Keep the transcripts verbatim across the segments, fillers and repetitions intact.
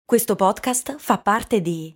Questo podcast fa parte di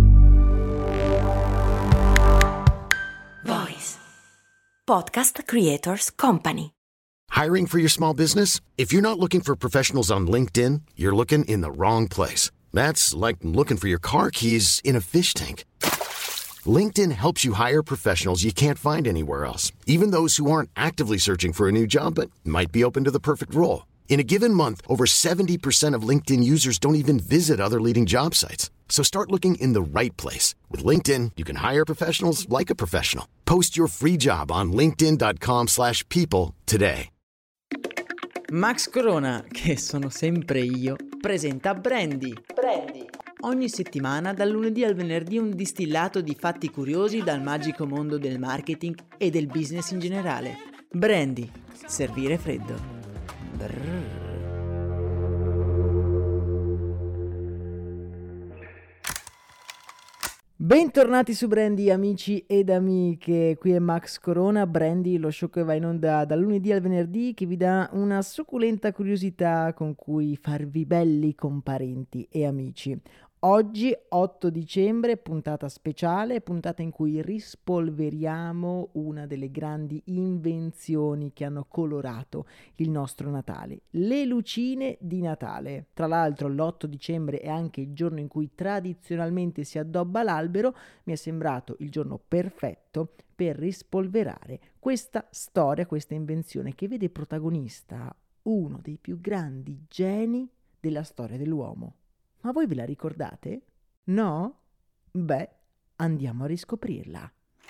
Voice Podcast Creators Company. Hiring for your small business? If you're not looking for professionals on LinkedIn, you're looking in the wrong place. That's like looking for your car keys in a fish tank. LinkedIn helps you hire professionals you can't find anywhere else, even those who aren't actively searching for a new job but might be open to the perfect role. In a given month, over seventy percent of LinkedIn users don't even visit other leading job sites. So start looking in the right place. With LinkedIn, you can hire professionals like a professional. Post your free job on linkedin dot com slash people today. Max Corona, che sono sempre io, presenta Brandy. Brandy. Ogni settimana, dal lunedì al venerdì, un distillato di fatti curiosi dal magico mondo del marketing e del business in generale. Brandy. Servire freddo. Brrr. Bentornati su Brandy, amici ed amiche, qui è Max Corona. Brandy, lo show che va in onda dal lunedì al venerdì, che vi dà una succulenta curiosità con cui farvi belli con parenti e amici. Oggi, otto dicembre, puntata speciale, puntata in cui rispolveriamo una delle grandi invenzioni che hanno colorato il nostro Natale, le lucine di Natale. Tra l'altro l'otto dicembre è anche il giorno in cui tradizionalmente si addobba l'albero. Mi è sembrato il giorno perfetto per rispolverare questa storia, questa invenzione che vede protagonista uno dei più grandi geni della storia dell'uomo. Ma voi ve la ricordate? No? Beh, andiamo a riscoprirla.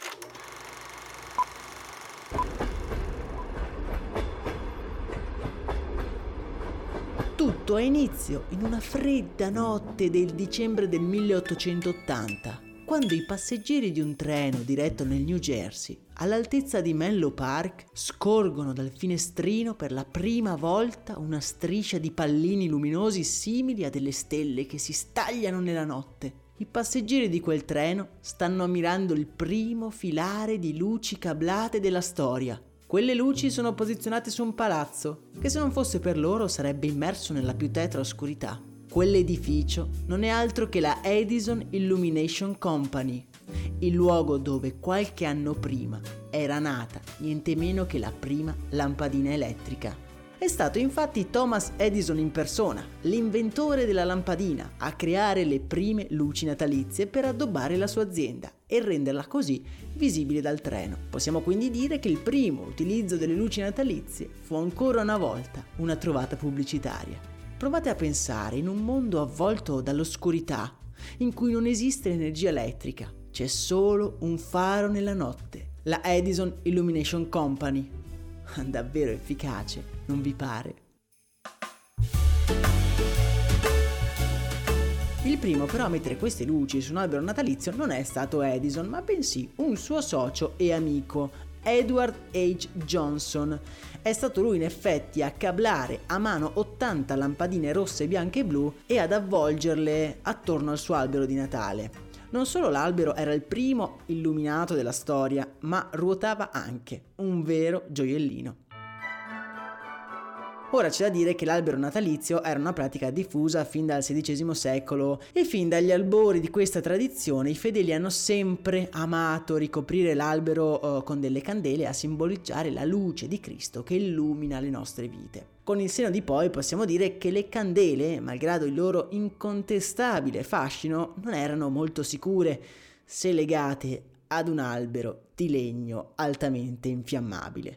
Tutto ha inizio in una fredda notte del dicembre del milleottocentottanta, quando i passeggeri di un treno diretto nel New Jersey, all'altezza di Menlo Park, scorgono dal finestrino per la prima volta una striscia di pallini luminosi simili a delle stelle che si stagliano nella notte. I passeggeri di quel treno stanno ammirando il primo filare di luci cablate della storia. Quelle luci sono posizionate su un palazzo, che se non fosse per loro sarebbe immerso nella più tetra oscurità. Quell'edificio non è altro che la Edison Illumination Company, il luogo dove qualche anno prima era nata niente meno che la prima lampadina elettrica. È stato infatti Thomas Edison in persona, l'inventore della lampadina, a creare le prime luci natalizie per addobbare la sua azienda e renderla così visibile dal treno. Possiamo quindi dire che il primo utilizzo delle luci natalizie fu ancora una volta una trovata pubblicitaria. Provate a pensare, in un mondo avvolto dall'oscurità, in cui non esiste energia elettrica, c'è solo un faro nella notte, la Edison Illumination Company. Davvero efficace, non vi pare? Il primo però a mettere queste luci su un albero natalizio non è stato Edison, ma bensì un suo socio e amico, Edward H. Johnson. È stato lui in effetti a cablare a mano ottanta lampadine rosse, bianche e blu e ad avvolgerle attorno al suo albero di Natale. Non solo l'albero era il primo illuminato della storia, ma ruotava anche, un vero gioiellino. Ora c'è da dire che l'albero natalizio era una pratica diffusa fin dal sedicesimo secolo e fin dagli albori di questa tradizione i fedeli hanno sempre amato ricoprire l'albero uh, con delle candele a simboleggiare la luce di Cristo che illumina le nostre vite. Con il senno di poi possiamo dire che le candele, malgrado il loro incontestabile fascino, non erano molto sicure se legate ad un albero di legno altamente infiammabile.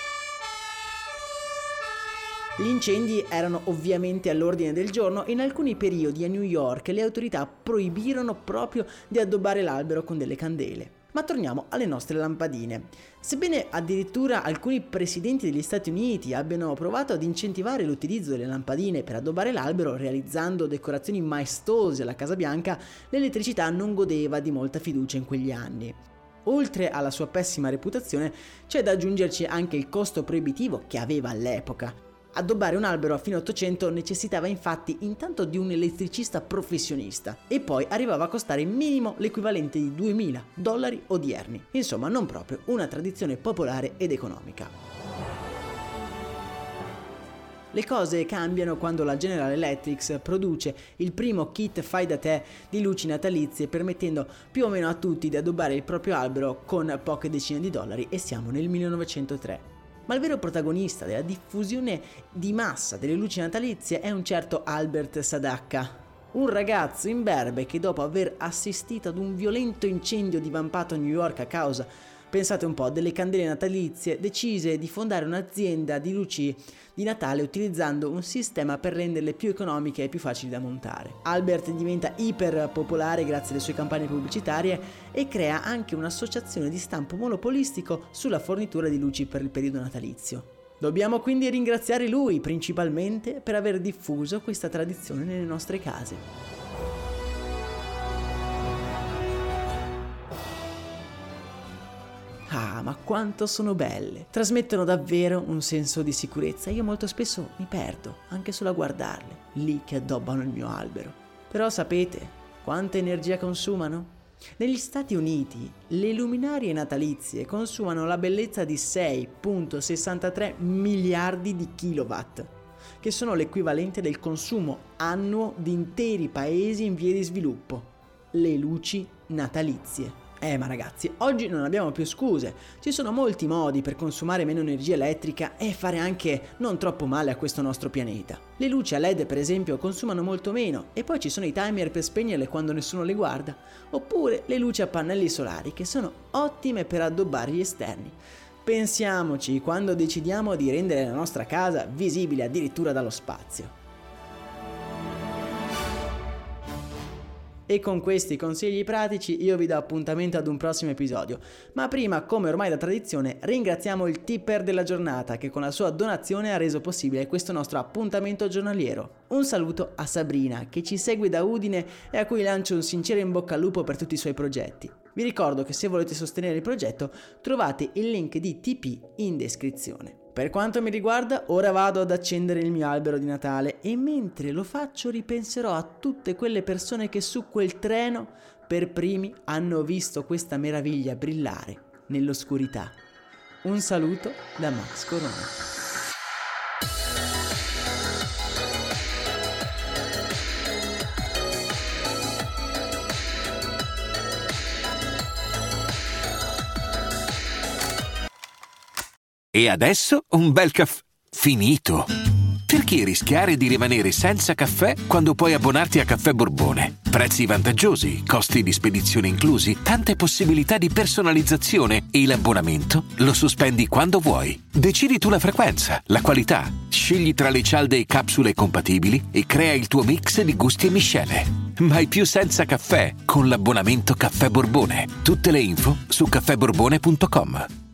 Gli incendi erano ovviamente all'ordine del giorno e in alcuni periodi a New York le autorità proibirono proprio di addobbare l'albero con delle candele. Ma torniamo alle nostre lampadine. Sebbene addirittura alcuni presidenti degli Stati Uniti abbiano provato ad incentivare l'utilizzo delle lampadine per addobbare l'albero realizzando decorazioni maestose alla Casa Bianca, l'elettricità non godeva di molta fiducia in quegli anni. Oltre alla sua pessima reputazione, c'è da aggiungerci anche il costo proibitivo che aveva all'epoca. Addobbare un albero a fine Ottocento necessitava infatti intanto di un elettricista professionista e poi arrivava a costare minimo l'equivalente di duemila dollari odierni. Insomma, non proprio una tradizione popolare ed economica. Le cose cambiano quando la General Electric produce il primo kit fai da te di luci natalizie, permettendo più o meno a tutti di addobbare il proprio albero con poche decine di dollari, e siamo nel millenovecentotre. Ma il vero protagonista della diffusione di massa delle luci natalizie è un certo Albert Sadacca, un ragazzo imberbe che dopo aver assistito ad un violento incendio divampato a New York a causa, pensate un po', delle candele natalizie, decise di fondare un'azienda di luci di Natale utilizzando un sistema per renderle più economiche e più facili da montare. Albert diventa iper popolare grazie alle sue campagne pubblicitarie e crea anche un'associazione di stampo monopolistico sulla fornitura di luci per il periodo natalizio. Dobbiamo quindi ringraziare lui principalmente per aver diffuso questa tradizione nelle nostre case. Ah, ma quanto sono belle! Trasmettono davvero un senso di sicurezza. Io molto spesso mi perdo, anche solo a guardarle, lì che addobbano il mio albero. Però sapete quanta energia consumano? Negli Stati Uniti le luminarie natalizie consumano la bellezza di sei virgola sessantatré miliardi di kilowatt, che sono l'equivalente del consumo annuo di interi paesi in via di sviluppo. Le luci natalizie. Eh ma ragazzi, oggi non abbiamo più scuse, ci sono molti modi per consumare meno energia elettrica e fare anche non troppo male a questo nostro pianeta. Le luci a led per esempio consumano molto meno, e poi ci sono i timer per spegnerle quando nessuno le guarda, oppure le luci a pannelli solari che sono ottime per addobbare gli esterni. Pensiamoci quando decidiamo di rendere la nostra casa visibile addirittura dallo spazio. E con questi consigli pratici io vi do appuntamento ad un prossimo episodio. Ma prima, come ormai da tradizione, ringraziamo il tipper della giornata che con la sua donazione ha reso possibile questo nostro appuntamento giornaliero. Un saluto a Sabrina che ci segue da Udine e a cui lancio un sincero in bocca al lupo per tutti i suoi progetti. Vi ricordo che se volete sostenere il progetto trovate il link di T P in descrizione. Per quanto mi riguarda, ora vado ad accendere il mio albero di Natale e mentre lo faccio ripenserò a tutte quelle persone che su quel treno per primi hanno visto questa meraviglia brillare nell'oscurità. Un saluto da Max Corona. E adesso un bel caffè finito. Perché rischiare di rimanere senza caffè quando puoi abbonarti a Caffè Borbone? Prezzi vantaggiosi, costi di spedizione inclusi, tante possibilità di personalizzazione e l'abbonamento lo sospendi quando vuoi. Decidi tu la frequenza, la qualità, scegli tra le cialde e capsule compatibili e crea il tuo mix di gusti e miscele. Mai più senza caffè con l'abbonamento Caffè Borbone. Tutte le info su caffè borbone punto com.